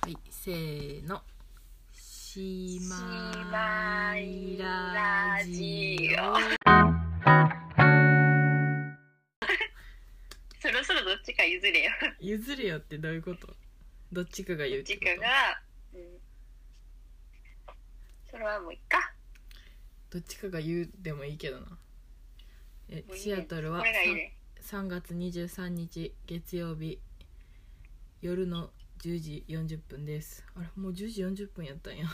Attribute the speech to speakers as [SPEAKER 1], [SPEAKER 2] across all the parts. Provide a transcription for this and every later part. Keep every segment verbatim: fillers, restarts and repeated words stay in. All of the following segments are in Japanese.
[SPEAKER 1] はい、せーの。しまいラジオ。
[SPEAKER 2] そろそろどっちか譲れよ。
[SPEAKER 1] 譲れよってどういうこと？どっちかが言うってこと？
[SPEAKER 2] どっちかが、うん、それはもういっか。
[SPEAKER 1] どっちかが言うでもいいけどな。え、
[SPEAKER 2] もういいね、
[SPEAKER 1] シアトルは
[SPEAKER 2] 3, ね、
[SPEAKER 1] さんがつにじゅうさんにち月曜日夜のじゅうじよんじゅっぷんです。あれ、もうじゅうじよんじゅっぷんやったんや。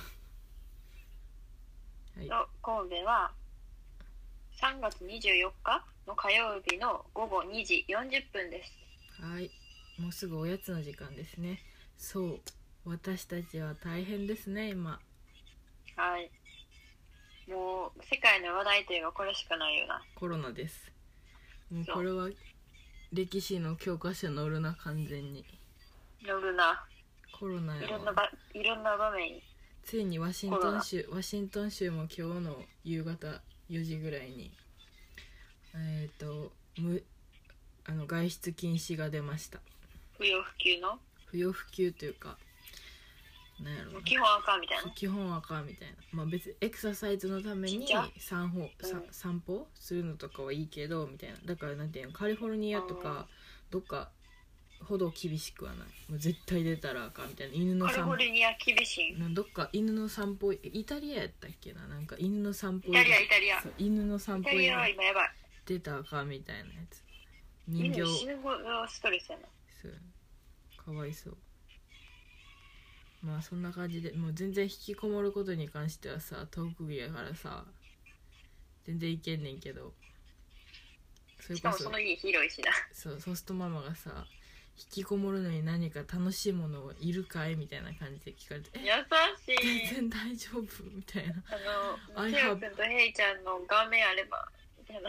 [SPEAKER 1] はい、
[SPEAKER 2] 神戸はさんがつにじゅうよっかの火曜日のごごにじよんじゅっぷんです。
[SPEAKER 1] はい、もうすぐおやつの時間ですね。そう、私たちは大変ですね今。
[SPEAKER 2] はい、もう世界の話題といえばこれしかないよな。
[SPEAKER 1] コロナです。もうこれは歴史の教科書載るな、完全に
[SPEAKER 2] 載るな。
[SPEAKER 1] コロナやわ。
[SPEAKER 2] いろんなばいろんな場面に。
[SPEAKER 1] ついにワシントン州ワシントン州も今日の夕方よじぐらいにえっ、ー、と無あの外出禁止が出ました。
[SPEAKER 2] 不要不急の
[SPEAKER 1] 不要不急というか、なんやろうな、
[SPEAKER 2] 基本あかんみたいな。
[SPEAKER 1] 基本あかんみたいな。まあ別にエクササイズのために散歩、うん、散歩するのとかはいいけどみたいな。だからなんていうの、カリフォルニアとかどっかほど厳しくはない。もう絶対出たらあかんみたいな。犬の散歩、
[SPEAKER 2] カリフォルニア厳しい。
[SPEAKER 1] どっか犬の散歩、イタリアやったっけな、なんか犬の散歩、
[SPEAKER 2] イタリアイタリア
[SPEAKER 1] そう犬の散歩
[SPEAKER 2] イタリアは今やばい。
[SPEAKER 1] 出たらあかんみたいなやつ。人形
[SPEAKER 2] 犬死ぬほどストレスやな。
[SPEAKER 1] そう、かわいそう。まあそんな感じで、もう全然引きこもることに関してはさ特技やからさ全然いけんねんけど、
[SPEAKER 2] それこそしかもその家広いしな。
[SPEAKER 1] そう、そうするとママがさ、引きこもるのに何か楽しいものいるかいみたいな感じで聞かれて、
[SPEAKER 2] 優しい、
[SPEAKER 1] 全然大丈夫みたいな。
[SPEAKER 2] あのセオ君とヘイちゃんの画面あればみたいな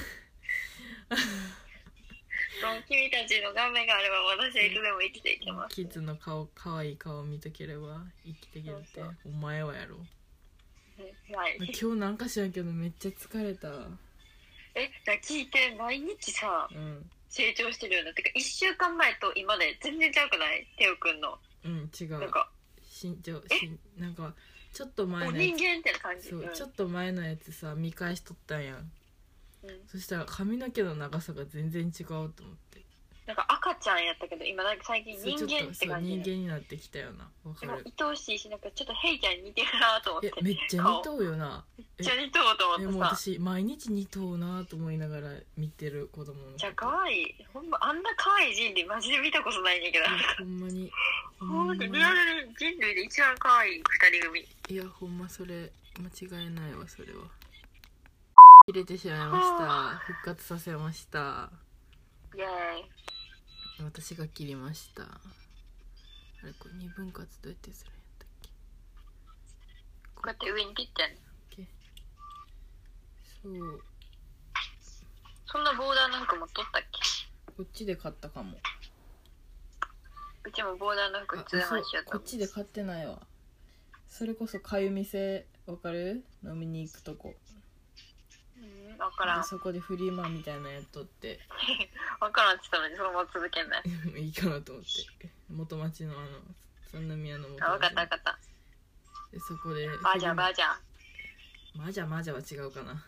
[SPEAKER 2] 君たちの画面があれば私はいつでも生きていけます。
[SPEAKER 1] キッズの顔、可愛い顔見とければ生きていけるって。そうそう、お前はやろ、はい、今日なんか知らんけどめっちゃ疲れた。
[SPEAKER 2] え、だ聞いて、毎日さ、うん、成長してるよね。てかいっしゅうかんまえと今で全然ちゃうくない？テオくんの。
[SPEAKER 1] うん、違う。
[SPEAKER 2] なんか
[SPEAKER 1] 身長しなんかちょっと前のやつ、
[SPEAKER 2] 人間って感じ。
[SPEAKER 1] そう、
[SPEAKER 2] うん、
[SPEAKER 1] ちょっと前のやつさ見返しとったんやん。うん、そしたら髪の毛の長さが全然違うと思って。
[SPEAKER 2] なんか赤ちゃんやったけど今なんか最近人間って感じ、
[SPEAKER 1] ね、人間になってきたよな。わかる。
[SPEAKER 2] 愛おしいし、なんかちょっとヘイちゃんに似てるなと思って。
[SPEAKER 1] え、めっちゃ似とうよな。
[SPEAKER 2] めっちゃ似とうと思ってさ。
[SPEAKER 1] え、もう私毎日似とうなと思いながら見てる子供の。
[SPEAKER 2] じゃあ可愛い。ほんまあんな可愛い人類マジで見たことないねんけど。
[SPEAKER 1] ほんまに。
[SPEAKER 2] ほんまにリアルに人類で一番可愛い二人組。
[SPEAKER 1] いやほんまそれ間違いないわ。それは入れてしまいました。復活させました。
[SPEAKER 2] イエーイ。
[SPEAKER 1] 私が切りました。あれ、これ二分割どうやってするんやったっけ？
[SPEAKER 2] こうやって上に切ってんの。
[SPEAKER 1] そう。
[SPEAKER 2] そんなボーダーなんか持っとったっけ？
[SPEAKER 1] こっちで買ったかも。
[SPEAKER 2] うちもボーダーの服通販しようと。
[SPEAKER 1] こっちで買ってないわ。それこそかゆみせわかる？飲みに行くとこ。
[SPEAKER 2] うん、分からん。
[SPEAKER 1] そこでフリーマンみたいなやっとって
[SPEAKER 2] 分からんって言ったのにそのまま続けんない
[SPEAKER 1] いいかなと思って元町のあの三宮の元町
[SPEAKER 2] の。あ、分かった分かった。
[SPEAKER 1] でそこで
[SPEAKER 2] バージャーバージャ
[SPEAKER 1] ーマジャマジャは違うかな。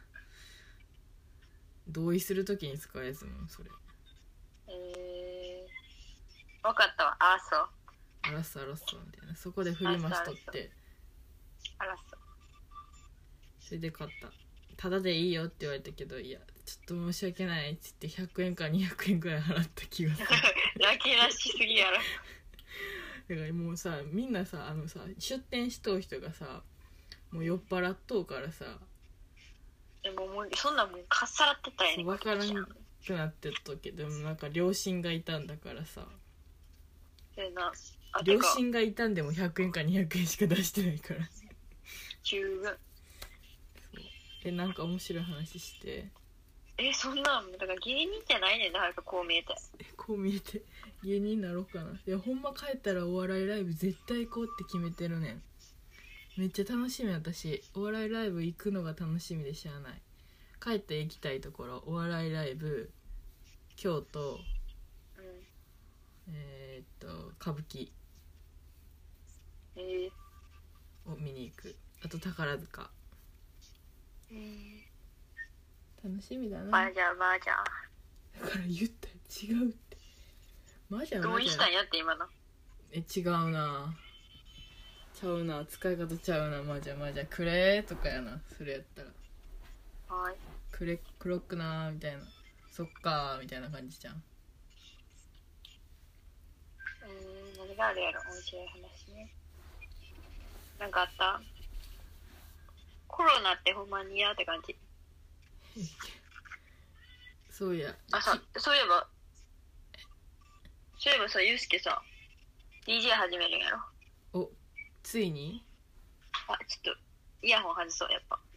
[SPEAKER 1] 同意するときに使うやつもんそれ。
[SPEAKER 2] えー、分かったわ。あらそう
[SPEAKER 1] あらっそあらっそみたいな。そこでフリマしとって
[SPEAKER 2] あらそう。
[SPEAKER 1] それで買った。ただでいいよって言われたけど、いやちょっと申し訳ないって言ってひゃくえんかにひゃくえんくらい払った気がする
[SPEAKER 2] ラッキーらしすぎやろ
[SPEAKER 1] だからもうさ、みんなさ、あのさ出店しとう人がさもう酔っ払っとうからさ、
[SPEAKER 2] でももうそんなもうかっさらってたやん。
[SPEAKER 1] 分からんくなってっとけど、でもなんか両親がいたんだからさ、両親がいたんでもひゃくえんかにひゃくえんしか出してないから
[SPEAKER 2] 十分。
[SPEAKER 1] え、なんか面白い話して。
[SPEAKER 2] え、そんなんだから芸人じゃないねんだ。なんかこう見えて
[SPEAKER 1] え、こう見えて芸人になろうかな。いやほんま帰ったらお笑いライブ絶対行こうって決めてるねん。めっちゃ楽しみ。私お笑いライブ行くのが楽しみでしゃあない。帰って行きたいところ、お笑いライブ、京都、うん、えー、っと歌舞伎、
[SPEAKER 2] え
[SPEAKER 1] を見に行く。あと宝塚。
[SPEAKER 2] ー、え
[SPEAKER 1] 楽しみだ
[SPEAKER 2] ー、
[SPEAKER 1] な。
[SPEAKER 2] マージャンマージャン
[SPEAKER 1] だから言ったよ、違うって。マジャンマジャン
[SPEAKER 2] 同意したんやって今の。
[SPEAKER 1] え、違うな。ちゃうな、使い方ちゃうな。マジャンマジャンくれーとかやな、それやったら。
[SPEAKER 2] はい。
[SPEAKER 1] くれ、クロックなーみたいな。そっかーみたいな感じじゃん。
[SPEAKER 2] うーん、何があるやろ、面白い話ね。なんかあった？コロナってほんまに嫌って感じ。
[SPEAKER 1] そういや。
[SPEAKER 2] あ、さ、そういえば、そういえばさ、ゆうすけさ、ディージェー 始めるんやろ。
[SPEAKER 1] お、ついに？
[SPEAKER 2] あ、ちょっと、イヤホン外そう、やっぱ。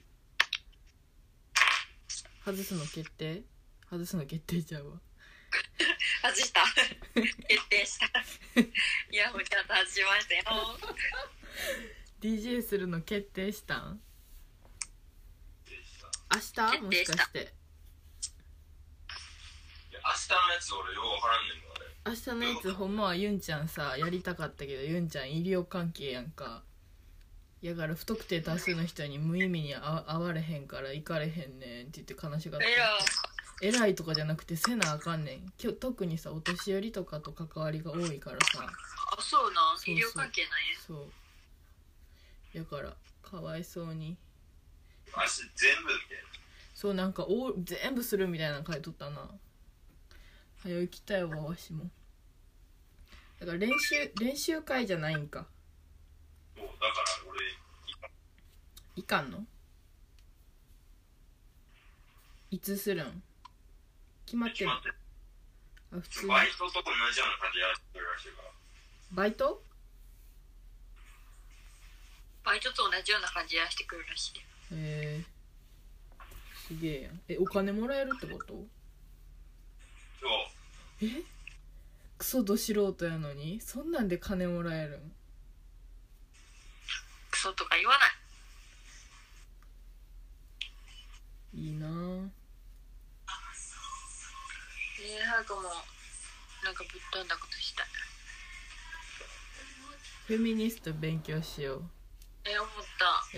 [SPEAKER 1] 外すの決定？外すの決定ちゃうわ。
[SPEAKER 2] 外した。決定した。イヤホンちゃんと外しましたよ。
[SPEAKER 1] ディージェー するの決定したん？明日？もしかして。い
[SPEAKER 3] や明日のやつ俺ようわからんねんのあれ。
[SPEAKER 1] 明日のやつほんまはユンちゃんさやりたかったけど、ユンちゃん医療関係やんか。やから不特定多数の人に無意味にあ会われへんから行かれへんねんって言って悲しがって。
[SPEAKER 2] えら
[SPEAKER 1] 偉いとかじゃなくてせなあかんねん。きょ特にさお年寄りとかと関わりが多いからさ。
[SPEAKER 2] あ、そうなん。
[SPEAKER 1] そうそう
[SPEAKER 2] 医療関係なんや。
[SPEAKER 1] そうやからかわいそうに。
[SPEAKER 3] 明日全部みたいな。
[SPEAKER 1] そうなんかお全部するみたいなの書いとったな。はよ行きたいわわしも。だから練習練習会じゃないんか。
[SPEAKER 3] もうだから俺
[SPEAKER 1] いかんの？いつするん？決まってる？
[SPEAKER 3] 決まってる。
[SPEAKER 1] あ、普通に
[SPEAKER 3] バイトと同じような感じでやってるらしいから。
[SPEAKER 1] バイト？
[SPEAKER 2] バイトと同じような感じでやらせてくるらしい。
[SPEAKER 1] へえすげえやん。え、お金もらえるってこと？
[SPEAKER 3] そう。
[SPEAKER 1] え？クソど素人やのにそんなんで金もらえるん？
[SPEAKER 2] クソとか言わない。
[SPEAKER 1] いいなぁ。
[SPEAKER 2] えー、はるかもなんかぶっ飛んだことしたい。
[SPEAKER 1] フェミニスト勉強しよう。
[SPEAKER 2] えー、思った。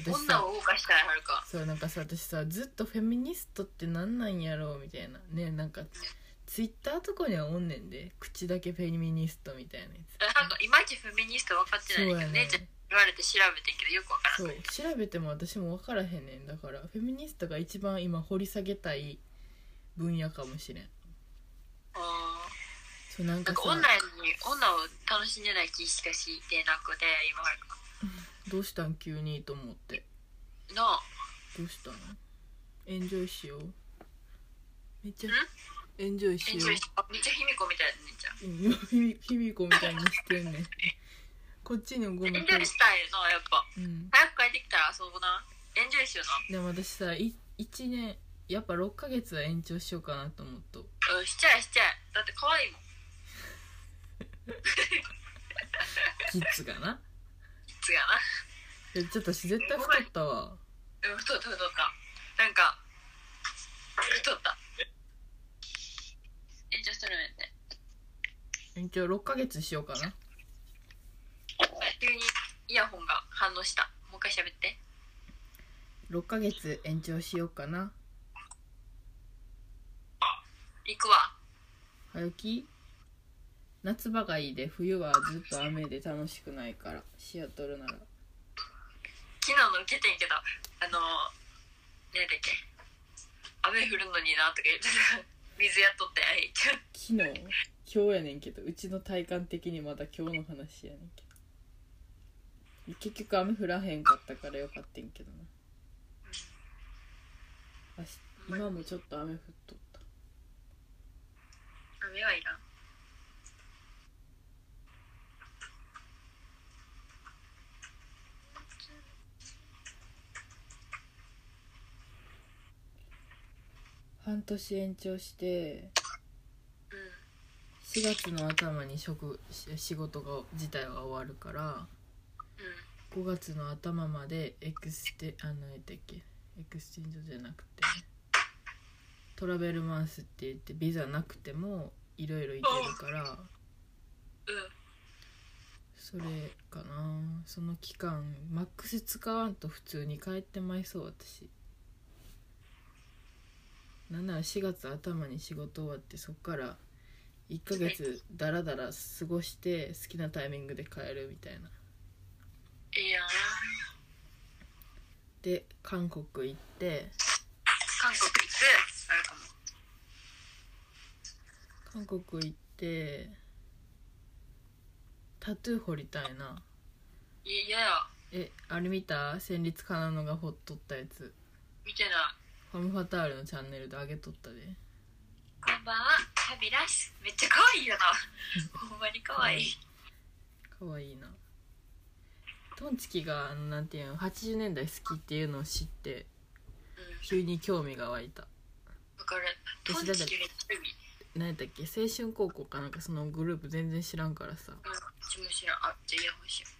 [SPEAKER 1] 私さ
[SPEAKER 2] 女を動かしたい、はるか。
[SPEAKER 1] そうなんかさ私さずっとフェミニストってなんなんやろうみたいなね。なんかツイッターとかにはおんねんで、口だけフェミニストみたいなやつ。
[SPEAKER 2] え、なんかいまいちフェミニスト分かってないんだけど、姉ちゃん言われて調べてんけどよく分からん。
[SPEAKER 1] そう調べても私も分からへんねん。だからフェミニストが一番今掘り下げたい分野かもしれん。
[SPEAKER 2] あ
[SPEAKER 1] そうなんかさ、
[SPEAKER 2] なんか女に女を楽しんでない気しかしてなくて今はるか。
[SPEAKER 1] どうしたん急にと思って。
[SPEAKER 2] なあ。
[SPEAKER 1] どうしたの？エンジョイしよう。めっちゃエンジョイしよう。
[SPEAKER 2] めっちゃ卑弥呼みたいな姉ちゃん。
[SPEAKER 1] 今卑弥呼みたいにしてんねん。こっちにもごめん。
[SPEAKER 2] エンジョイしたいなやっぱ。
[SPEAKER 1] うん。
[SPEAKER 2] 早く帰ってきたら遊ぶな。エンジョイしよう
[SPEAKER 1] な。でも私さいいちねんやっぱろっかげつは延長しようかなと思っと。
[SPEAKER 2] うんしちゃえしちゃえ。だって可愛いもん。
[SPEAKER 1] キッズがな。
[SPEAKER 2] キッズがな。
[SPEAKER 1] えちょっと私絶対太ったわ。
[SPEAKER 2] うん太った太ったなんか太った延長するんやって
[SPEAKER 1] 延長ろっかげつしようかな。
[SPEAKER 2] 急にイヤホンが反応した。もう一回喋って。
[SPEAKER 1] ろっかげつ延長しようかな。
[SPEAKER 2] 行くわ。
[SPEAKER 1] 早起き。夏場がいいで、冬はずっと雨で楽しくないからシアトルなら。
[SPEAKER 2] 昨日の受けてんけどあの何だっけ雨降るのになとか言ってた水やっとって
[SPEAKER 1] 昨日今日やねんけど、うちの体感的にまだ今日の話やねんけど、結局雨降らへんかったからよかったんけどな。今もちょっと雨降っとった。
[SPEAKER 2] 雨はいらん。
[SPEAKER 1] 半年延長して
[SPEAKER 2] うん
[SPEAKER 1] しがつの頭に職仕事が自体は終わるから、
[SPEAKER 2] うん
[SPEAKER 1] ごがつの頭までエクステあの何だっけエクスチェンジじゃなくてトラベルマンスって言ってビザなくてもいろいろ行けるから、
[SPEAKER 2] うん
[SPEAKER 1] それかな。その期間マックス使わんと普通に帰ってまいそう。私なんならしがつ頭に仕事終わってそっからいっかげつダラダラ過ごして好きなタイミングで帰るみたいな。
[SPEAKER 2] いいやん。
[SPEAKER 1] で韓国行って
[SPEAKER 2] 韓国行ってあれかも。
[SPEAKER 1] 韓国行ってタトゥー彫りたいな。
[SPEAKER 2] いやや。
[SPEAKER 1] えあれ見た？戦慄かなのが彫っとったやつ。
[SPEAKER 2] 見てない。
[SPEAKER 1] ファムファタールのチャンネルで上げとったで。
[SPEAKER 2] こんばんは、ハビラス。めっちゃ可愛いよな。ほんまに可愛い。
[SPEAKER 1] かわいいな。トンチキがあのなんていうのはちじゅうねんだい好きっていうのを知って
[SPEAKER 2] うん。
[SPEAKER 1] 急に興味が湧いた。
[SPEAKER 2] わかる。トンチキめっちゃ海。
[SPEAKER 1] 何やったっけ、青春高校かなんかそのグループ全然知らんからさ。
[SPEAKER 2] うん、うちも知らん。あ、じゃあイヤホンしよ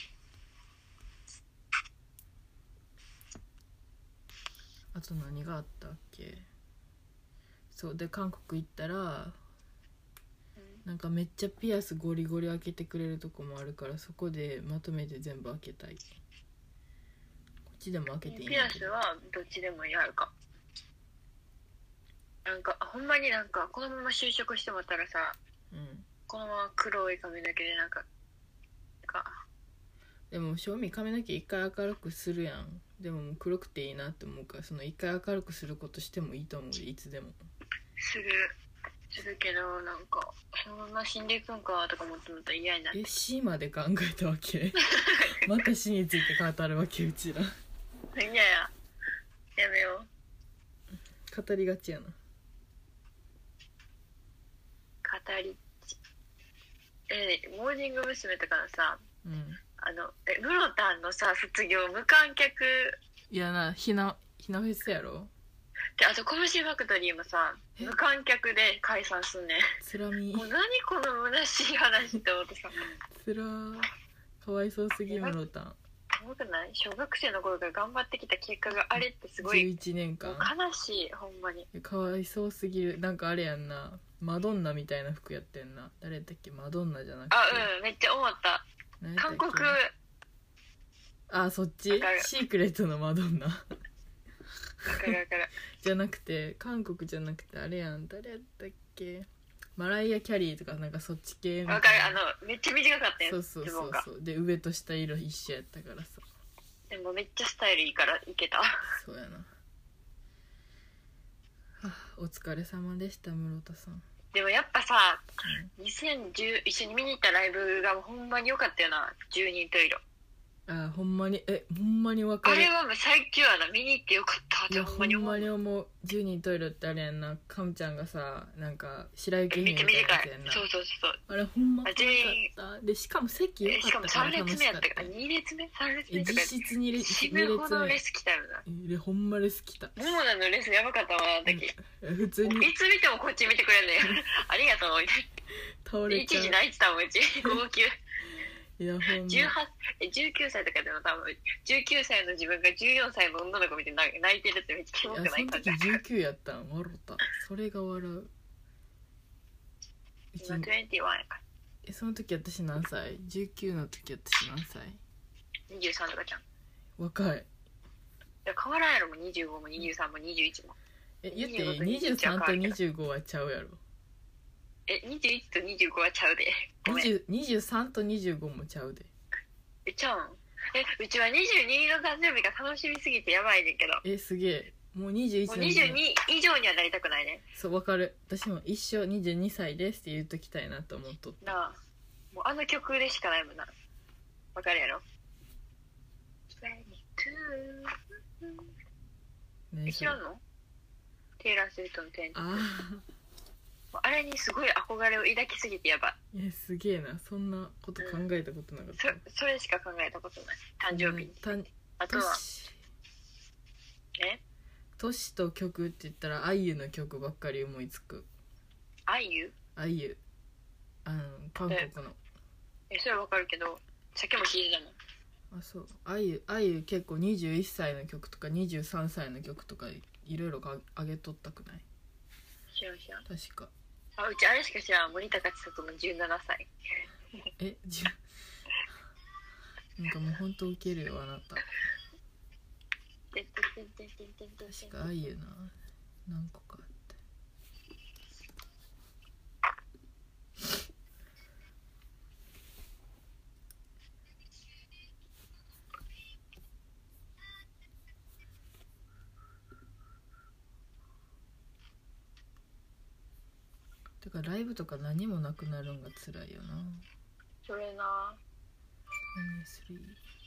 [SPEAKER 1] あと何があったっけ。そうで韓国行ったら
[SPEAKER 2] う。うん。
[SPEAKER 1] なんかめっちゃピアスゴリゴリ開けてくれるとこもあるからそこでまとめて全部開けたい。こっちでも開けていいん
[SPEAKER 2] ピアス
[SPEAKER 1] だけど。
[SPEAKER 2] はどっちでもやるか。なんかほんまになんかこのまま就職してもらったらさ、
[SPEAKER 1] うん。
[SPEAKER 2] このまま黒い髪の毛でなんかなんか
[SPEAKER 1] でも正味髪の毛一回明るくするやん。でももう黒くていいなって思うからその一回明るくすることしてもいいと思うでいつでも。
[SPEAKER 2] するするけどなんかそのまま死んでいくんかとか思ってもったら嫌になって。
[SPEAKER 1] え死まで考えたわけまた死について語るわけうちら。
[SPEAKER 2] いやいややめよう。
[SPEAKER 1] 語りがちやな。
[SPEAKER 2] 語りえモーニング娘。とかのさ
[SPEAKER 1] うん
[SPEAKER 2] あのえムロタンのさ卒業無観客
[SPEAKER 1] いやなひなひなフェスやろ。
[SPEAKER 2] であとコムシーファクトリーもさ無観客で解散すんねん。
[SPEAKER 1] つらみ
[SPEAKER 2] もう何この虚しい話って思ってさ
[SPEAKER 1] つらーかわいそうすぎムロタン。
[SPEAKER 2] すごくない？小学生の頃から頑張ってきた結果があれってすご
[SPEAKER 1] じゅう
[SPEAKER 2] い
[SPEAKER 1] いちねんかん
[SPEAKER 2] もう悲しいほんまに。
[SPEAKER 1] かわいそうすぎる。なんかあれやんなマドンナみたいな服やってんな。誰だっけマドンナじゃなくて
[SPEAKER 2] あうんめっちゃ思った。
[SPEAKER 1] 何やったっけ
[SPEAKER 2] 韓国
[SPEAKER 1] あそっち
[SPEAKER 2] わかる
[SPEAKER 1] シークレットのマドンナ
[SPEAKER 2] わかるわかる
[SPEAKER 1] じゃなくて韓国じゃなくてあれやん誰やったっけマライア・キャリーとかなんかそっち系みたいな。
[SPEAKER 2] わかるあのめっちゃ短かったやん
[SPEAKER 1] そうそうそうそうで上と下色一緒やったからさ。
[SPEAKER 2] でもめっちゃスタイルいいからいけた。
[SPEAKER 1] そうやな。はあ、お疲れ様でした室田さん。
[SPEAKER 2] でもやっぱさ、にせんじゅう一緒に見に行ったライブがほんまに良かったよな。じゅうにんトイレ
[SPEAKER 1] あほんまにえほんまに分かる。
[SPEAKER 2] あれはもう最強やな。見に行ってよかったって
[SPEAKER 1] いやほ
[SPEAKER 2] ほんまに思う。
[SPEAKER 1] んまに思う。じゅうにんトイレってあれやんな。カムちゃんがさなんか白雪
[SPEAKER 2] めっちゃ
[SPEAKER 1] 姫みたいな
[SPEAKER 2] 短い
[SPEAKER 1] やつやんな。
[SPEAKER 2] そうそうそう
[SPEAKER 1] あれほんま可愛かった。でしかも席良
[SPEAKER 2] えしかも
[SPEAKER 1] かったから
[SPEAKER 2] さん列目やっ
[SPEAKER 1] 楽しかったた。
[SPEAKER 2] からに列目さん列
[SPEAKER 1] え
[SPEAKER 2] 目とか
[SPEAKER 1] 実質に列
[SPEAKER 2] 死
[SPEAKER 1] に列
[SPEAKER 2] ぬほどレ
[SPEAKER 1] 目
[SPEAKER 2] ス来たよな。
[SPEAKER 1] えほんまレス来た。
[SPEAKER 2] モモナのレスやばかったわあの時、
[SPEAKER 1] 普通に
[SPEAKER 2] いつ見てもこっち見てくれんねんありがとうみたいな。
[SPEAKER 1] 倒れちゃう。
[SPEAKER 2] 一時泣いてたもんうち号泣。
[SPEAKER 1] いやほんま
[SPEAKER 2] じゅうはちえじゅうきゅうさいとかでも多分じゅうきゅうさいの自分がじゅうよんさいの女の子見て泣いてるってめっちゃキモく
[SPEAKER 1] いやその
[SPEAKER 2] ない感じ。
[SPEAKER 1] 時じゅうきゅうやったん笑った。それが笑う。うち
[SPEAKER 2] 今にじゅういちやから
[SPEAKER 1] えその時私何歳？じゅうきゅうの時私何歳？
[SPEAKER 2] にじゅうさんとかじゃん。い
[SPEAKER 1] 若い。
[SPEAKER 2] や変わらんやろもにじゅうごもにじゅうさんもにじゅういちも。
[SPEAKER 1] え言っていいにじゅうさんとにじゅうごはちゃうやろ。
[SPEAKER 2] えにじゅういちとにじゅうごはちゃうで。ごめん。
[SPEAKER 1] にじゅうにじゅうさんとにじゅうごもちゃうで。
[SPEAKER 2] えちゃうんえうちはにじゅうにの誕生日が楽しみすぎてやばいねんけど。
[SPEAKER 1] えすげえ。もうにじゅういち
[SPEAKER 2] もう
[SPEAKER 1] の
[SPEAKER 2] にじゅうに以上にはなりたくないね。
[SPEAKER 1] そう分かる。私も一生にじゅうにさいですって言っときたいなと思っとった。
[SPEAKER 2] なあもうあの曲でしかないもんな。わかるやろ。
[SPEAKER 1] ね
[SPEAKER 2] え知らんの？テイラー・スウィフトのテント。
[SPEAKER 1] あ
[SPEAKER 2] あれにすごい憧れを抱きすぎてやばい。
[SPEAKER 1] あいやすげえな。そんなこと考えたことなかった。
[SPEAKER 2] そそれしか考えたことない。誕生日に。
[SPEAKER 1] た
[SPEAKER 2] あとはえ
[SPEAKER 1] 都市と曲って言ったらあゆの曲ばっかり思いつく。
[SPEAKER 2] あゆ
[SPEAKER 1] あゆあの韓国の。
[SPEAKER 2] えそれはわかるけどさっきも聞いてたもん。
[SPEAKER 1] あそうあゆあゆ結構にじゅういっさいの曲とかにじゅうさんさいの曲とかいろいろあげとったくない？
[SPEAKER 2] 知らん知らん。
[SPEAKER 1] 確か。
[SPEAKER 2] あうちあれしか知らん。森高千里のじゅうななさい。
[SPEAKER 1] えじゅなんかもうほんとウケるよあなた。
[SPEAKER 2] てんてんてんてんてんてんてんてん。
[SPEAKER 1] 確かああいうな何個かあって。てかライブとか何もなくなるんが辛いよな。
[SPEAKER 2] それな。
[SPEAKER 1] スリー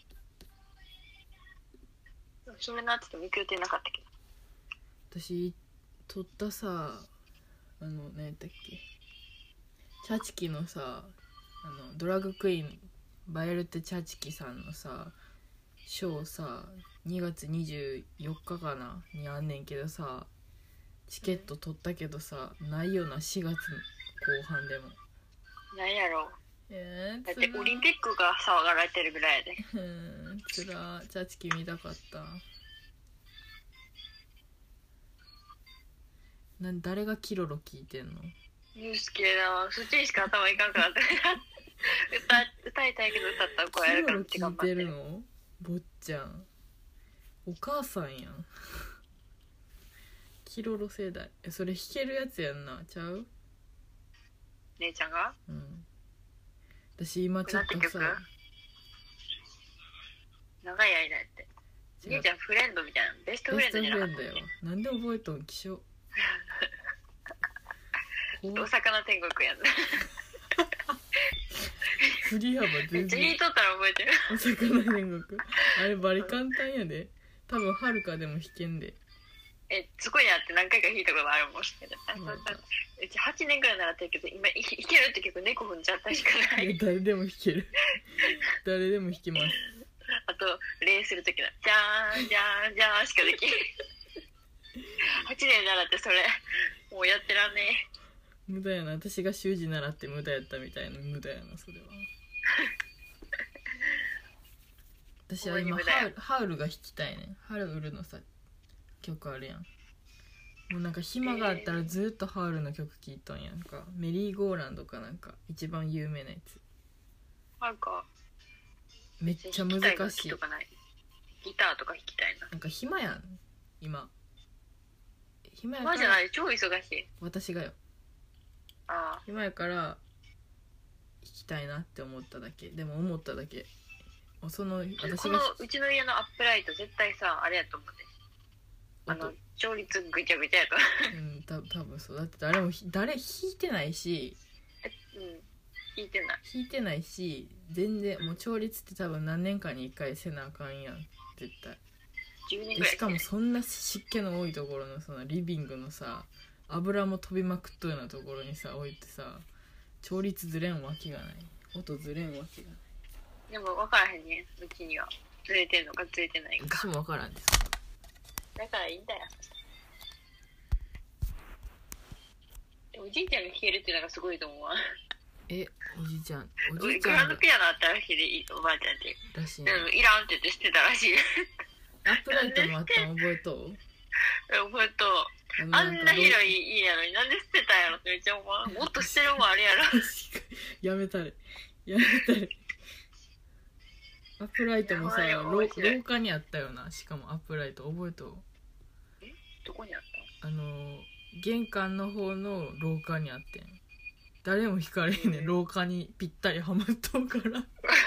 [SPEAKER 2] それなって言っても行く予定なかったけど。
[SPEAKER 1] 私撮ったさあの何やったっけチャチキのさあのドラッグクイーンバイオレット・チャチキさんのさショーさにがつにじゅうよっかかなにあんねんけどさチケット取ったけどさないよなしがつこう半でも。
[SPEAKER 2] なんやろう。
[SPEAKER 1] えー、
[SPEAKER 2] だってオリンピックが騒がれてるぐらいで。
[SPEAKER 1] うんつらチャチキ見たかった。なん誰がキロロ聞いてんの？
[SPEAKER 2] ユースケだ。そっちにしか頭いかんくなって歌歌いたいけど歌ったら声やるからって頑張ってる。
[SPEAKER 1] キロロ聞いてるの？坊っちゃんお母さんやんキロロ世代。えそれ弾けるやつやんなちゃう？
[SPEAKER 2] 姉ちゃんが？
[SPEAKER 1] うん私今ちょっとさ
[SPEAKER 2] 長い間やって姉ちゃんフレンドみたいなベストフレンドじゃなかったっけ？
[SPEAKER 1] ベストフレンドやわ。なんで覚えとん気象
[SPEAKER 2] お魚天国やんな
[SPEAKER 1] 振り幅
[SPEAKER 2] めっ
[SPEAKER 1] 全然
[SPEAKER 2] ちゃ引いとったら覚えてる
[SPEAKER 1] お魚天国あれバリ簡単やで多分はるかでも弾けんで。
[SPEAKER 2] えそこにあって何回か弾いたことあるもんけど、うちはちねんくらい習ってるけど今弾けるって曲猫踏んじゃったしかないい
[SPEAKER 1] 誰でも弾ける誰でも弾けます。
[SPEAKER 2] あと礼する時のじゃーんじゃーんじゃーんしかできんはちねん習ってそれもうやってらんね
[SPEAKER 1] え無駄やな。私が習字習って無駄やったみたいな無駄やなそれは私は今ハウル、ハウルが弾きたいね。ハウルのさ曲あるやん。もうなんか暇があったらずっとハウルの曲聴いとんやんか。メリーゴーランドかなんか一番有名なやつ。
[SPEAKER 2] なんか
[SPEAKER 1] めっちゃ難しい。
[SPEAKER 2] とかないギターとか弾きたいな。
[SPEAKER 1] なんか暇やん今。暇やか
[SPEAKER 2] 暇じゃ
[SPEAKER 1] ら
[SPEAKER 2] ない超忙しい。
[SPEAKER 1] 私がよ
[SPEAKER 2] ああ
[SPEAKER 1] 暇やから弾きたいなって思っただけ。でも思っただけ。もうその私が
[SPEAKER 2] このうちの家のアップライト絶対さあれやと思ってあの
[SPEAKER 1] 音
[SPEAKER 2] 調律ぐちゃぐちゃやと
[SPEAKER 1] うんた多分そうだって誰もひ誰弾いてないし
[SPEAKER 2] えうん弾いてない
[SPEAKER 1] 弾いてないし全然もう調律って多分何年かにいっかいせなあかんやん絶対。
[SPEAKER 2] じゅうねんぐらい
[SPEAKER 1] でしかもそんな湿気の多いところのそのリビングのさ油も飛びまくっとるようなところにさ置いてさ調律ずれんわけがない。音ずれんわけがない。
[SPEAKER 2] でも分からへんねうちにはずれてんのかずれてないか
[SPEAKER 1] 私も分からんです。
[SPEAKER 2] だからいいんだよ。でもおじいちゃんが弾けるっていうのがすごいと思うわ。
[SPEAKER 1] えおじいちゃんおじいち
[SPEAKER 2] グ
[SPEAKER 1] ゃんが
[SPEAKER 2] ランドピアノあったらしいでいいおばあちゃんって
[SPEAKER 1] らしいね。
[SPEAKER 2] でもいらんって言って捨てたらしい
[SPEAKER 1] アップライトもあったん覚えとう？
[SPEAKER 2] 覚えとあんな広い家やのになんで捨てたんやろってめっちゃ思う。もっと捨てるもんあるやろ
[SPEAKER 1] やめたれやめたれ。アップライトもさ
[SPEAKER 2] いや
[SPEAKER 1] 廊
[SPEAKER 2] 面白い
[SPEAKER 1] 廊下にあったよな。しかもアップライト覚えとう？
[SPEAKER 2] えどこにあった
[SPEAKER 1] あの玄関の方の廊下にあってん。誰も引かれへんねん、廊下にぴったりはまっとうから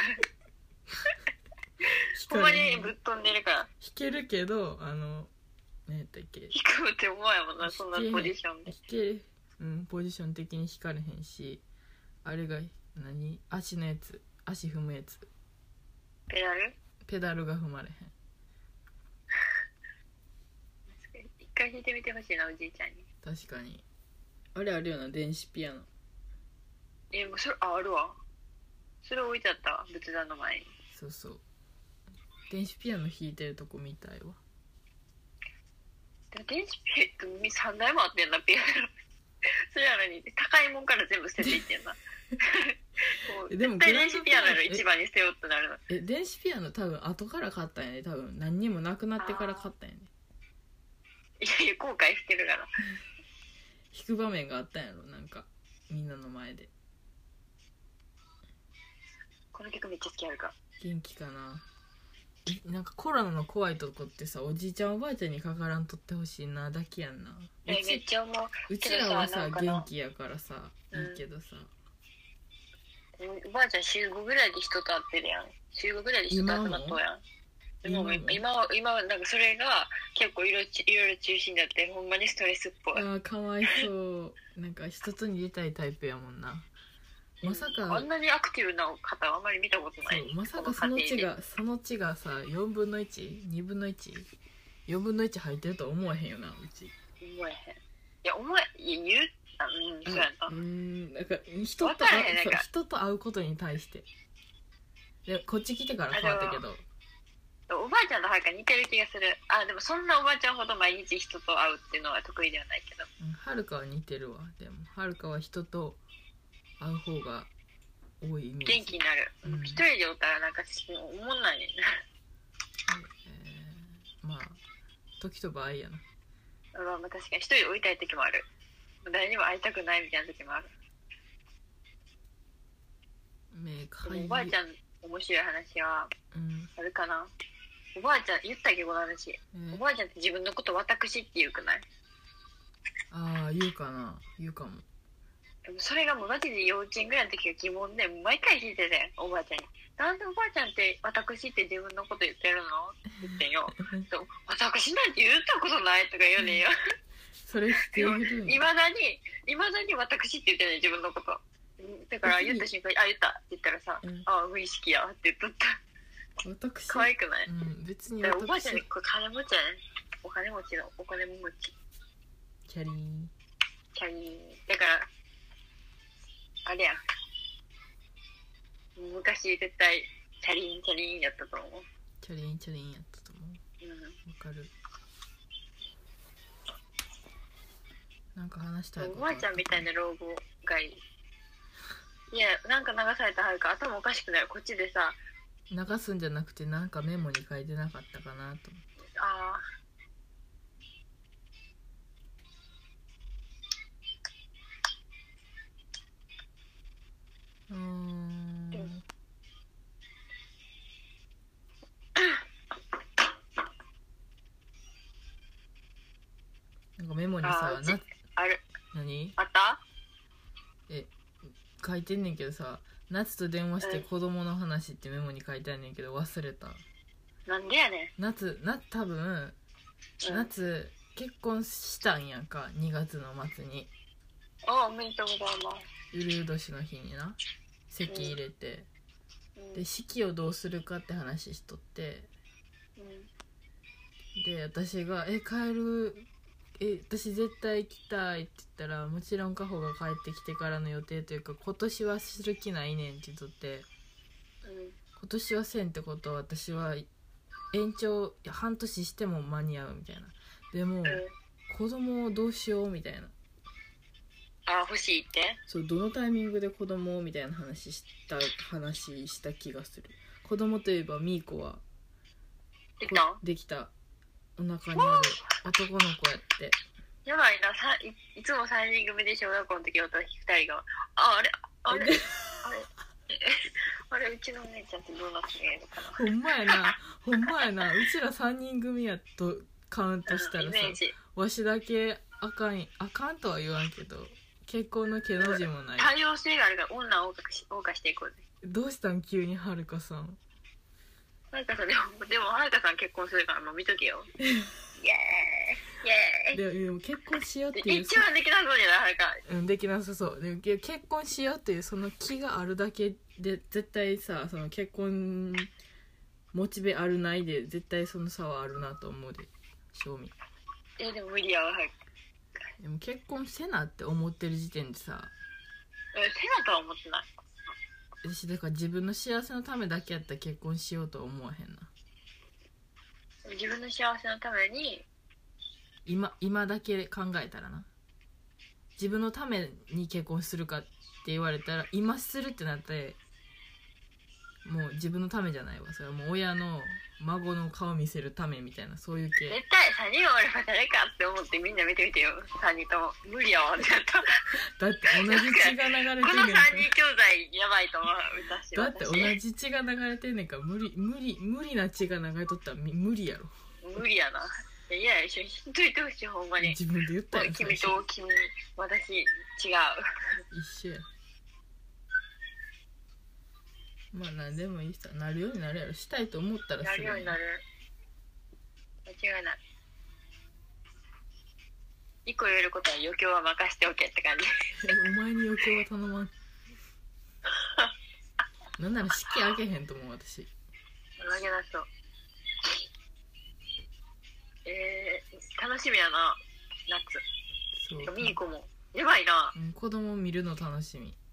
[SPEAKER 2] ほんまにぶっ飛んでるから
[SPEAKER 1] 弾けるけどあの何やったっけ
[SPEAKER 2] 弾くって思うやもんなそんなポジションで
[SPEAKER 1] 弾けうんポジション的に弾かれへんしあれが何足のやつ足踏むやつ
[SPEAKER 2] ペダル
[SPEAKER 1] ペダルが踏まれへん。
[SPEAKER 2] 一回弾いてみてほしいなおじいちゃんに。
[SPEAKER 1] 確かにあれあるよな電子ピアノ。
[SPEAKER 2] えもうそれああるわそれ置いてあったわ仏壇の前に。
[SPEAKER 1] そうそう電子ピアノ弾いてるとこみたいわ。
[SPEAKER 2] でも電子ピアノさんだいもあってんなピアノそれやのに高いもんから全部捨てていってんな
[SPEAKER 1] えでも
[SPEAKER 2] 絶対電子ピアノの一番に捨てようってなるの。
[SPEAKER 1] え電子ピアノ多分後から買ったんやね。多分何にもなくなってから買ったんやね。
[SPEAKER 2] いやいや後悔してるから
[SPEAKER 1] 弾く場面があったんやろなんかみんなの前で。
[SPEAKER 2] この曲めっちゃ好きあるか
[SPEAKER 1] 元気かな。なんかコロナの怖いとこってさ、おじいちゃんおばあちゃんにかからんとってほしいなだけやんな。う
[SPEAKER 2] えめっ
[SPEAKER 1] ち
[SPEAKER 2] ちゃ思う。
[SPEAKER 1] うちらはさ
[SPEAKER 2] けどさなんかな
[SPEAKER 1] 元気やからさいいけどさ、
[SPEAKER 2] おばあちゃん週ごぐらいで人と会ってるやん。週ごぐらいで人と集まっとうやん。でも
[SPEAKER 1] 今も
[SPEAKER 2] 今は今はなんかそれが結構いろいろいろいろ中心だってほんまにストレスっぽい。
[SPEAKER 1] あーかわいそうなんか人とに出たいタイプやもんな。まさか
[SPEAKER 2] あんなにアクティブな方はあんまり見たことない。
[SPEAKER 1] そうまさかその地がその地がさよんぶんのいち、にぶんのいち、よんぶんのいち入ってるとは思えへんよなうち。
[SPEAKER 2] 思えへん。いや思えいや言うあうんそうやな。
[SPEAKER 1] うーんなんか人
[SPEAKER 2] わ
[SPEAKER 1] と会うそう
[SPEAKER 2] からへんなんか
[SPEAKER 1] 人と会うことに対してでこっち来てから変わったけど
[SPEAKER 2] おばあちゃんとはるか似てる気がする。あでもそんなおばあちゃんほど毎日人と会うっていうのは得意ではないけど。
[SPEAKER 1] うんはるかは似てるわ。でもはるかは人と会う方が多いイメージ。
[SPEAKER 2] 元気になる。
[SPEAKER 1] うん
[SPEAKER 2] 一人でおったらなんか思んないねんな。
[SPEAKER 1] えー、まあ時と場合やな。
[SPEAKER 2] まあまあ確かに一人置いたい時もある。誰にも会いたくないみたいな時もある。
[SPEAKER 1] 目か
[SPEAKER 2] で
[SPEAKER 1] ゆい。
[SPEAKER 2] もおばあちゃん面白い話は
[SPEAKER 1] うん
[SPEAKER 2] あるかな。おばあちゃん言ったっけこの話。
[SPEAKER 1] え
[SPEAKER 2] おばあちゃんって自分のこと私って言うくない？
[SPEAKER 1] ああ言うかな言うかも。
[SPEAKER 2] でもそれがもうマジで幼稚園ぐらいの時が疑問で毎回聞いてておばあちゃんになんでおばあちゃんって私って自分のこと言ってるのって言ってんよそう私なんて言ったことないとか言うねんよ
[SPEAKER 1] それ否定するん
[SPEAKER 2] い
[SPEAKER 1] や。
[SPEAKER 2] まだにいまだに私って言ってない自分のことだから言った瞬間にあ言ったって言ったらさ、
[SPEAKER 1] うん、
[SPEAKER 2] あ無意識やって言っとった
[SPEAKER 1] 私
[SPEAKER 2] 可愛くない？
[SPEAKER 1] うん別に
[SPEAKER 2] だからおばあちゃ
[SPEAKER 1] 私
[SPEAKER 2] んにこれ金持ちやねお金持ちのお金持ち
[SPEAKER 1] キャリー
[SPEAKER 2] キャリーだからあれや昔絶対チャリンチャリンやったと思う。
[SPEAKER 1] チャリンチャリンやったと思う。
[SPEAKER 2] うん
[SPEAKER 1] わかる。なんか話したいこと
[SPEAKER 2] おばあちゃんみたいな老後がいい。いやなんか流されたはるか頭おかしくなる。こっちでさ
[SPEAKER 1] 流すんじゃなくてなんかメモに書いてなかったかなと思って。
[SPEAKER 2] あ
[SPEAKER 1] うーんなんかメモに
[SPEAKER 2] あ
[SPEAKER 1] さな
[SPEAKER 2] うちある
[SPEAKER 1] 何
[SPEAKER 2] あった
[SPEAKER 1] え書いてんねんけどさ夏と電話して子供の話ってメモに書いてあんねんけど忘れた。
[SPEAKER 2] なんでやねん。
[SPEAKER 1] 夏な多分、
[SPEAKER 2] うん
[SPEAKER 1] 夏結婚したんやんかにがつの末に
[SPEAKER 2] おおめでとうございます。
[SPEAKER 1] うるう年の日にな籍入れて、
[SPEAKER 2] うん
[SPEAKER 1] で式をどうするかって話しとって
[SPEAKER 2] うん
[SPEAKER 1] で私が「え帰るえ私絶対行きたい」って言ったら「もちろんカホが帰ってきてからの予定というか今年はする気ないねん」って言っとって
[SPEAKER 2] うん
[SPEAKER 1] 今年はせんってことは私は延長いや半年しても間に合うみたいな。でも
[SPEAKER 2] うん
[SPEAKER 1] 子供をどうしようみたいな。
[SPEAKER 2] あ欲しいって
[SPEAKER 1] そうどのタイミングで子供をみたいな話した話した気がする。子供といえばミーコは
[SPEAKER 2] できたん
[SPEAKER 1] できた。お腹にある男の子やって
[SPEAKER 2] やばいなさ い, いつもさんにん組で小学校の時私ふたりがああれあれあれあれうちのお姉ちゃんってどうなってるのかな。
[SPEAKER 1] ほんまやなほんまやなうちらさんにん組やとカウントした
[SPEAKER 2] イ
[SPEAKER 1] らさ
[SPEAKER 2] メージ
[SPEAKER 1] わしだけあかんあかんとは言わんけど結婚の毛の字もない。
[SPEAKER 2] 多様性があるから女を謳歌し謳歌していこうぜ。
[SPEAKER 1] どうしたん急にはるかさん。
[SPEAKER 2] はるかさんでもでもはるかさん結婚するからもう見とけよイエーイイエーイ
[SPEAKER 1] ででも結婚しようって
[SPEAKER 2] で
[SPEAKER 1] いう
[SPEAKER 2] 一番できなそうじゃないはるか。
[SPEAKER 1] うんできなさそうでけ結婚しようっていうその気があるだけで絶対さその結婚モチベあるないで絶対その差はあるなと思うで正味。
[SPEAKER 2] えでも無理やわはるか。
[SPEAKER 1] でも結婚せなって思ってる時点でさ
[SPEAKER 2] えせなとは思ってない。
[SPEAKER 1] 私だから自分の幸せのためだけやったら結婚しようとは思わへんな。
[SPEAKER 2] 自分の幸せのために
[SPEAKER 1] 今今だけ考えたらな自分のために結婚するかって言われたら今するってなってもう自分のためじゃないわ、それはもう親の孫の顔見せるためみたいな、そういう系。
[SPEAKER 2] 絶対さんにんおれば誰かって思ってみんな見てみてよ。さんにんとも無理やわってやった
[SPEAKER 1] だって同じ血が流れてんねん
[SPEAKER 2] この
[SPEAKER 1] から
[SPEAKER 2] さんにん兄弟やばいと思う私
[SPEAKER 1] だって同
[SPEAKER 2] 私
[SPEAKER 1] じ血が流れてんねんから無理無理無理な血が流れとったらみ無理やろ。
[SPEAKER 2] 無理やな。いや一緒にしんといてほしいほんまに。
[SPEAKER 1] 自分で言ったよ
[SPEAKER 2] 君と君私違う
[SPEAKER 1] 一緒や。まあ何でもいいさ、なるようになるやろ。したいと思ったら
[SPEAKER 2] な
[SPEAKER 1] する
[SPEAKER 2] るようになる。間違いない。一個言えることは余興は任しておけって感じ
[SPEAKER 1] お前に余興は頼まんなんなら式開けへんと思う私。
[SPEAKER 2] 投げなそう。えー、楽しみやな夏。
[SPEAKER 1] そう、
[SPEAKER 2] ミーコもやばいな。
[SPEAKER 1] うん、子供見るの楽しみ。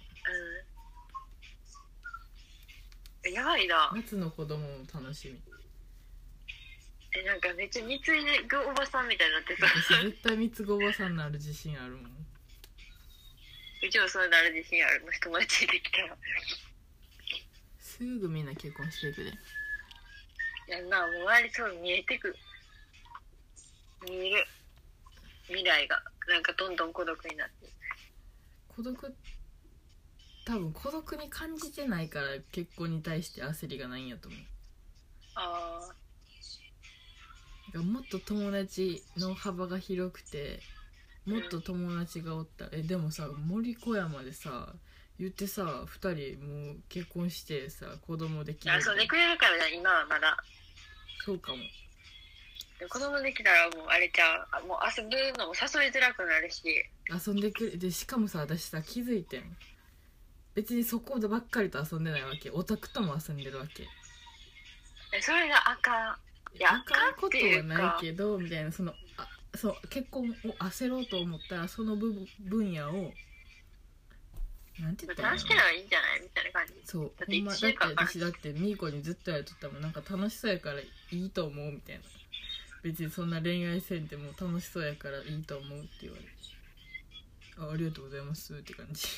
[SPEAKER 2] うん、やばいな。
[SPEAKER 1] 夏の子供も楽しみ。
[SPEAKER 2] え、なんかめっちゃ貢いでぐおばさんみたいになってさ
[SPEAKER 1] 私絶対三つ子おばさんになる自信あるもん。
[SPEAKER 2] うちもそうなる自信ある。もし友達できたら
[SPEAKER 1] すぐみんな結婚していくで。
[SPEAKER 2] やんな。もう周りそう見えてく見える未来がなんかどんどん孤独になって
[SPEAKER 1] 孤独、多分孤独に感じてないから結婚に対して焦りがないんやと思う。
[SPEAKER 2] ああ
[SPEAKER 1] もっと友達の幅が広くてもっと友達がおったら、えでもさ森小山でさ言ってさふたりもう結婚してさ子供できる。
[SPEAKER 2] 遊んでくれるからじゃ今はまだ。
[SPEAKER 1] そうかも。
[SPEAKER 2] で子供できたらもうあれちゃう。もう遊ぶのも誘いづらくなるし。
[SPEAKER 1] 遊んでくれで、しかもさ私さ気づいてん、別にそこでばっかりと遊んでないわけ、オタクとも遊んでるわけ。
[SPEAKER 2] えそれがあかん。いや
[SPEAKER 1] あかんことはないけどみたいな、そのあそう結婚を焦ろうと思ったらその部分野をなんて言ったらいいの
[SPEAKER 2] 楽しければいいんじゃないみたいな感じ。
[SPEAKER 1] そう
[SPEAKER 2] だって
[SPEAKER 1] ほんまだって
[SPEAKER 2] 一週間から
[SPEAKER 1] 私だってみーこにずっと言われとったもん、なんか楽しそうやからいいと思うみたいな、別にそんな恋愛せんでも楽しそうやからいいと思うって言われて、あありがとうございますって感じ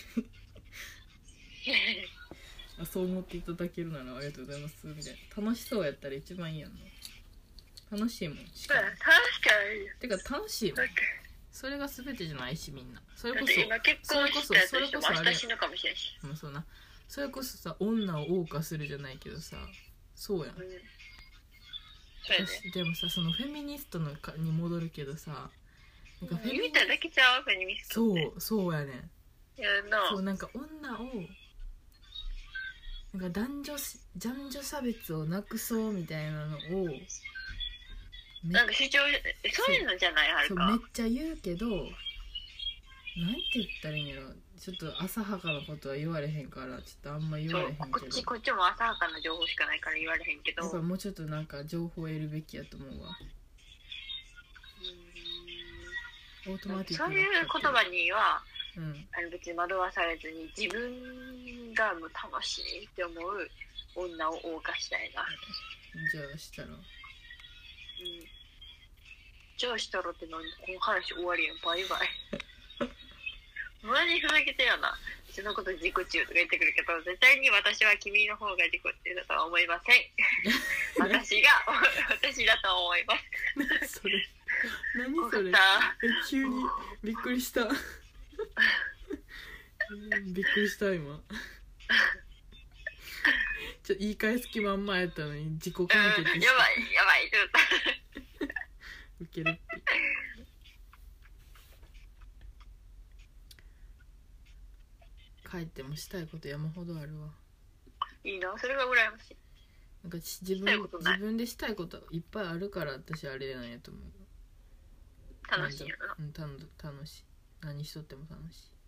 [SPEAKER 1] あそう思っていただけるならありがとうございますみたいな、楽しそうやったら一番いいやんな。楽しいもんしかも
[SPEAKER 2] そうや楽しくないよ。
[SPEAKER 1] てか楽しいもん
[SPEAKER 2] だって
[SPEAKER 1] それが全てじゃないし、みんなそれ
[SPEAKER 2] だっ
[SPEAKER 1] こそ
[SPEAKER 2] て今結婚したやつでしょ。
[SPEAKER 1] それこそそれこそあれ
[SPEAKER 2] 明日死ぬかもしれんし。
[SPEAKER 1] まあそうな、それこそさ女を謳歌するじゃないけどさ、そうやん。
[SPEAKER 2] うんそうやね。
[SPEAKER 1] 私でもさそのフェミニストのかに戻るけどさ、なんかフェミニ
[SPEAKER 2] 言うたらだけちゃうフェミニストって。
[SPEAKER 1] そうそうやねん。
[SPEAKER 2] いやな。
[SPEAKER 1] そうなんか女をなんか男女し男女差別をなくそうみたいなのをめ
[SPEAKER 2] なんか主張そういうのじゃないはるか。
[SPEAKER 1] そうめっちゃ言うけど、なんて言ったらいいんやろ、ちょっと浅はかなことは言われへんからちょっとあんま言われへんけど、
[SPEAKER 2] こっちこっちも浅はかな情報しかないから言われへんけど。
[SPEAKER 1] だからもうちょっとなんか情報を得るべきやと思うわ。オートマティック
[SPEAKER 2] そういう言葉には
[SPEAKER 1] うん
[SPEAKER 2] あの別に惑わされずに自分がもう楽しいって思う女を謳歌したいな。
[SPEAKER 1] じゃあしたら
[SPEAKER 2] うん。上司とろってのにこの話終わりやん。バイバイ。マジふざけてよな。そのこと自己中とか言ってくるけど、絶対に私は君の方が自己中だとは思いません。私が私だと思います。
[SPEAKER 1] それ何それ、え
[SPEAKER 2] わかった
[SPEAKER 1] 急にびっくりしたえびっくりした今ちょ言い返す気満々やったのに自己完結
[SPEAKER 2] うん、
[SPEAKER 1] して
[SPEAKER 2] やばいやばいちょっと
[SPEAKER 1] ウケるって帰ってもしたいこと山ほどあるわ。
[SPEAKER 2] いいな、それが羨ましい。
[SPEAKER 1] なんか自分
[SPEAKER 2] したいことない
[SPEAKER 1] 自分でしたいこといっぱいあるから私あれなんやと思う。
[SPEAKER 2] 楽しいよな。
[SPEAKER 1] うん、たん楽しい。何しとっても楽しい。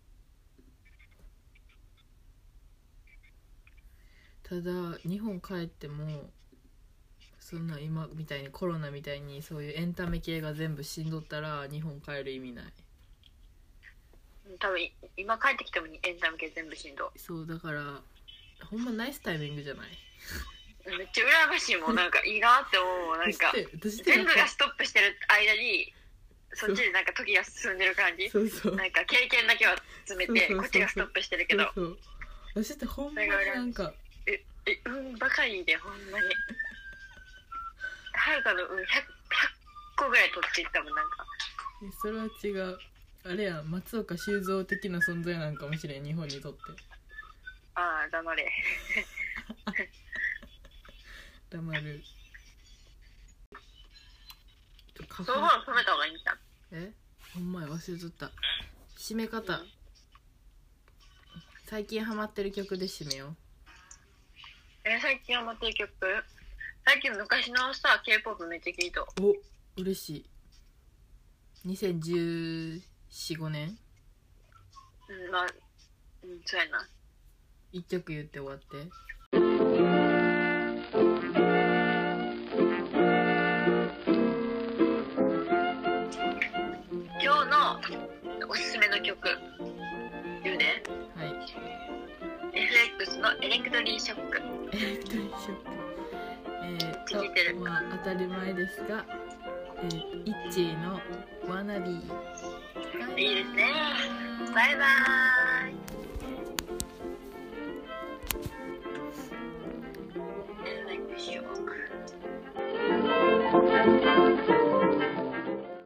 [SPEAKER 1] ただ日本帰ってもそんな今みたいにコロナみたいにそういうエンタメ系が全部死んどったら日本帰る意味ない。
[SPEAKER 2] 多分今帰ってきてもエンタメ系全部しんど
[SPEAKER 1] そうだからほんまナイスタイミングじゃない。
[SPEAKER 2] い。めっちゃ羨ましいもん。なんかいいなって思う。なんか
[SPEAKER 1] 私って
[SPEAKER 2] 全部がストップしてる間にそっちでなんか時が進んでる感じ。
[SPEAKER 1] そうそう
[SPEAKER 2] なんか経験だけは詰めて
[SPEAKER 1] そうそうそうそう
[SPEAKER 2] こっちがストップしてるけど、
[SPEAKER 1] そうそう私ってほんまになんか
[SPEAKER 2] ええ運ばかりでほんまにはるかの運 ひゃく, ひゃっこぐらい取っていったもん。なんか
[SPEAKER 1] えそれは違う、あれやん、松岡修造的な存在なんかもしれん、日本にとって。
[SPEAKER 2] ああ黙れ
[SPEAKER 1] 黙る。
[SPEAKER 2] その本止めた方がいいんじゃん。
[SPEAKER 1] えほんまや、忘れとった。締め方、うん、最近ハマってる曲で締めよう。
[SPEAKER 2] え最近ハマってる曲、最近昔のさ K-ポップ めっちゃ聴いた。
[SPEAKER 1] お嬉しい。にせんじゅうよん、ごねん。
[SPEAKER 2] うんまあうんそうやな。
[SPEAKER 1] 一曲言って終わって。
[SPEAKER 2] 今日のおすすめの曲言うね。
[SPEAKER 1] はい。
[SPEAKER 2] エフエックス のエレクトリーショック。
[SPEAKER 1] エレクトリーショック。えー、っと
[SPEAKER 2] 聞いてる。
[SPEAKER 1] まあ当たり前ですが、えー、イッチーのワナビー。
[SPEAKER 2] いいですね。バイバーイ。エレクトリーショック。